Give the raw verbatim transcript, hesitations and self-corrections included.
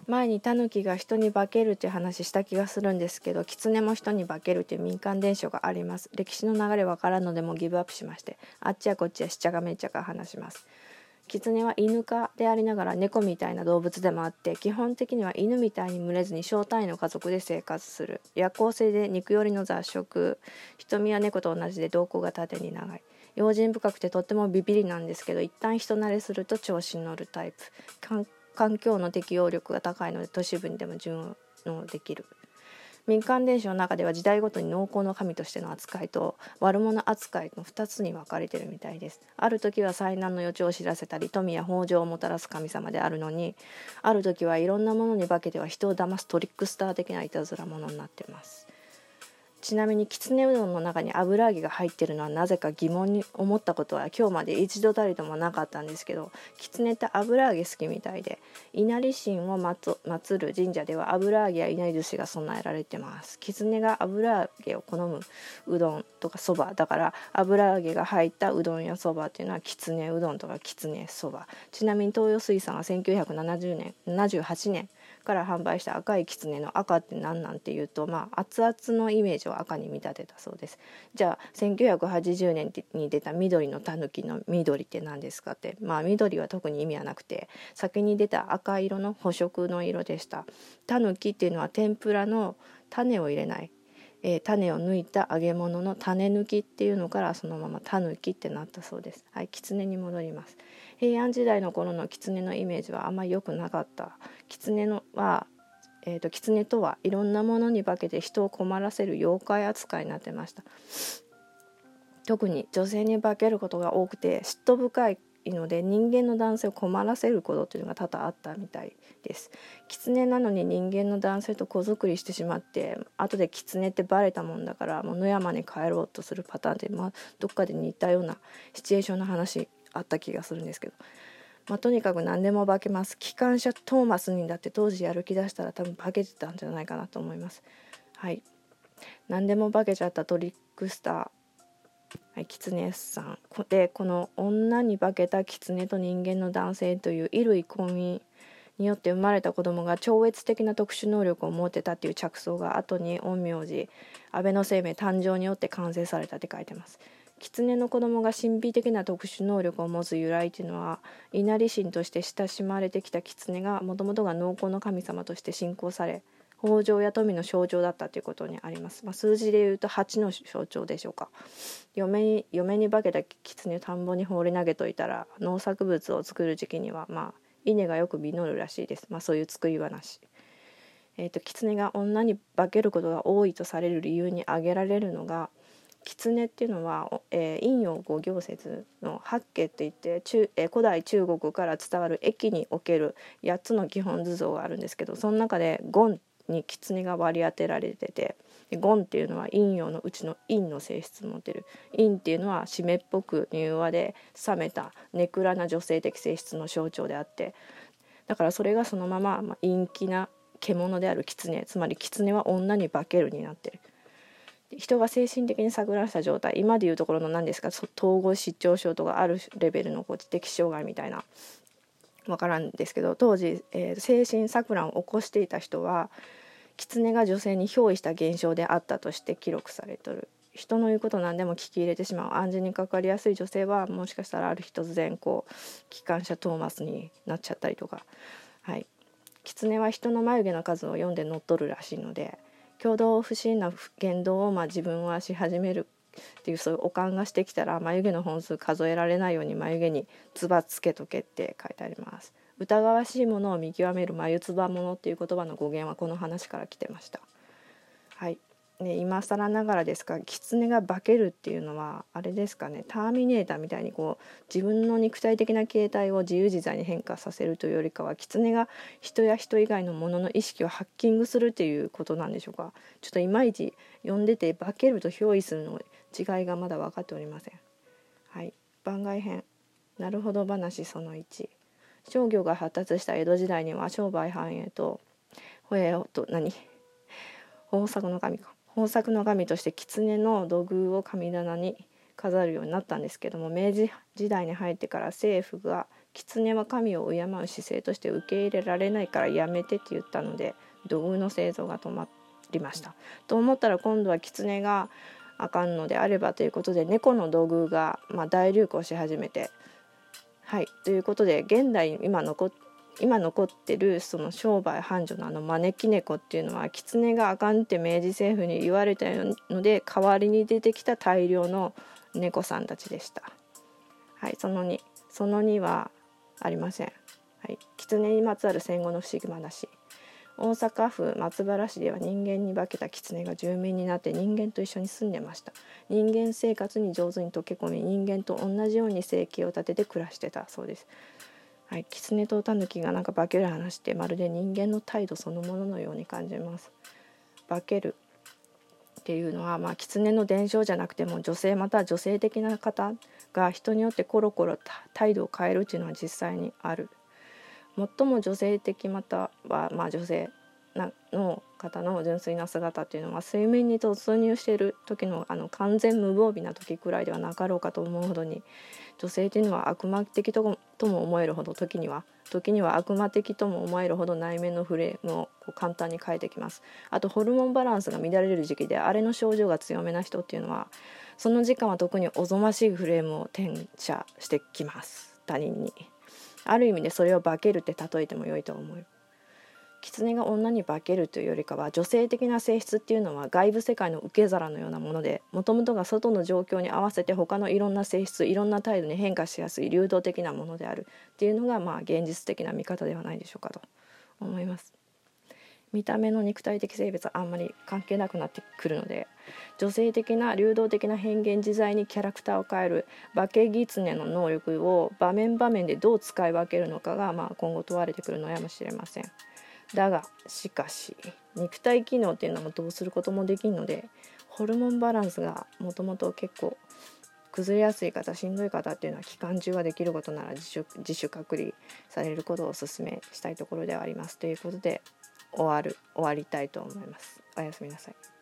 前にタヌキが人に化けるっていう話した気がするんですけど、キツネも人に化けるという民間伝承があります。歴史の流れわからんのでもうギブアップしまして、あっちやこっちやしっちゃかめっちゃか話します。キツネは犬科でありながら猫みたいな動物でもあって、基本的には犬みたいに群れずに小単位の家族で生活する。夜行性で肉寄りの雑食、瞳は猫と同じで瞳孔が縦に長い。用心深くてとってもビビりなんですけど、一旦人慣れすると調子に乗るタイプ。環境の適応力が高いので都市部にでも順応できる。民間伝承の中では時代ごとに農耕の神としての扱いと悪者扱いのふたつに分かれているみたいです。ある時は災難の予兆を知らせたり富や豊穣をもたらす神様であるのに、ある時はいろんなものに化けては人を騙すトリックスター的ないたずら者になっています。ちなみにきつねうどんの中に油揚げが入っているのはなぜか疑問に思ったことは今日まで一度たりともなかったんですけど、きつねって油揚げ好きみたいで、稲荷神を祀る神社では油揚げや稲荷寿司が備えられてます。きつねが油揚げを好むうどんとかそばだから、油揚げが入ったうどんやそばっていうのはきつねうどんとかきつねそば。ちなみに東洋水産がせんきゅうひゃくななじゅうねんななじゅうはちねんから販売した赤いきつねの赤って何なんていうと、まあ熱々のイメージを赤に見立てたそうです。じゃあせんきゅうひゃくはちじゅうねんに出た緑のたぬきの緑って何ですかって、まあ緑は特に意味はなくて、先に出た赤色の補色の色でした。たぬきっていうのは天ぷらの種を入れない、えー、種を抜いた揚げ物の種抜きっていうのからそのままたぬきってなったそうです。はい、きつねに戻ります。平安時代の頃の狐のイメージはあんまり良くなかった。狐のは、えーと、狐とはいろんなものに化けて人を困らせる妖怪扱いになってました。特に女性に化けることが多くて嫉妬深いので、人間の男性を困らせることっていうのが多々あったみたいです。狐なのに人間の男性と子作りしてしまって、後で狐ってバレたもんだからもう野山に帰ろうとするパターンで、まあ、どっかで似たようなシチュエーションの話あった気がするんですけど、まあ、とにかく何でも化けます。機関車トーマスにだって当時歩き出したら多分化けてたんじゃないかなと思います。はい、何でも化けちゃったトリックスター、はい、キツネさんで、この女に化けたキツネと人間の男性という衣類婚姻によって生まれた子供が超越的な特殊能力を持ってたっていう着想が後に陰陽師安倍の生命誕生によって完成されたって書いてます。狐の子供が神秘的な特殊能力を持つ由来というのは、稲荷神として親しまれてきた狐がもともとが農耕の神様として信仰され、豊穣や富の象徴だったということにあります。まあ、数字でいうとはちの象徴でしょうか。嫁に嫁に化けた狐を田んぼに放り投げといたら、農作物を作る時期にはまあ稲がよく実るらしいです。まあ、そういう作り話。えーと、狐が女に化けることが多いとされる理由に挙げられるのが、狐っていうのは、えー、陰陽五行説の八卦っていって中、えー、古代中国から伝わる易におけるやっつの基本図像があるんですけど、その中で権に狐が割り当てられてて、権っていうのは陰陽のうちの陰の性質を持ってる。陰っていうのは湿っぽく柔和で冷めたネクラな女性的性質の象徴であって、だからそれがそのまま、まあ、陰気な獣である狐、つまり狐は女に化けるになってる。人が精神的に錯乱した状態、今でいうところの何ですか、統合失調症とかあるレベルのこう知的障害みたいな、分からんですけど、当時、えー、精神錯乱を起こしていた人は狐が女性に憑依した現象であったとして記録されている。人の言うこと何でも聞き入れてしまう暗示にかかりやすい女性は、もしかしたらある日突然こう機関車トーマスになっちゃったりとか、はい、狐は人の眉毛の数を読んで乗っ取るらしいので、挙動不審な言動をまあ自分はし始めるっていう、そういうおかんがしてきたら眉毛の本数数えられないように眉毛につばつけとけって書いてあります。疑わしいものを見極める眉つばものっていう言葉の語源はこの話から来てました。はい、ね、今更ながらですが、狐が化けるっていうのはあれですかね、ターミネーターみたいにこう自分の肉体的な形態を自由自在に変化させるというよりかは、狐が人や人以外のものの意識をハッキングするっていうことなんでしょうか。ちょっといまいち読んでて化けると憑依するの違いがまだ分かっておりません。はい、番外編なるほど話そのいち。商業が発達した江戸時代には商売繁栄とほえと何豊作の神か豊作の神として狐の土偶を神棚に飾るようになったんですけども、明治時代に入ってから政府が狐は神を敬う姿勢として受け入れられないからやめてって言ったので、土偶の製造が止まりました。と思ったら今度は狐があかんのであればということで、猫の土偶がまあ大流行し始めて、はいということで現代今残って今残ってるその商売繁盛のあの招き猫っていうのは、狐があかんって明治政府に言われたので代わりに出てきた大量の猫さんたちでした。はい、そのにそのにはありません。はい、狐にまつわる戦後の不思議話。大阪府松原市では人間に化けた狐が住民になって人間と一緒に住んでました。人間生活に上手に溶け込み、人間と同じように生計を立てて暮らしてたそうです。はい、狐と狸がなんか化ける話ってまるで人間の態度そのもののように感じます。化けるっていうのは、まあ、狐の伝承じゃなくても女性または女性的な方が人によってコロコロ態度を変えるっていうのは実際にある。最も女性的または、まあ、女性の方の純粋な姿っていうのは睡眠に突入している時のあの完全無防備な時くらいではなかろうかと思うほどに、女性っていうのは悪魔的とも、とも思えるほど時には時には悪魔的とも思えるほど内面のフレームをこう簡単に変えてきます。あとホルモンバランスが乱れる時期であれの症状が強めな人っていうのはその時間は特におぞましいフレームを転写してきます。他人にある意味でそれを化けるって例えても良いと思う。狐が女に化けるというよりかは、女性的な性質っていうのは外部世界の受け皿のようなもので、もともとが外の状況に合わせて他のいろんな性質いろんな態度に変化しやすい流動的なものであるっていうのが、まあ現実的な見方ではないでしょうかと思います。見た目の肉体的性別はあんまり関係なくなってくるので、女性的な流動的な変幻自在にキャラクターを変える化け狐の能力を場面場面でどう使い分けるのかが、まあ、今後問われてくるのやもしれません。だがしかし肉体機能っていうのもどうすることもできるので、ホルモンバランスがもともと結構崩れやすい方、しんどい方っていうのは期間中はできることなら自主、自主隔離されることをお勧めしたいところではあります。ということで終わる終わりたいと思います。おやすみなさい。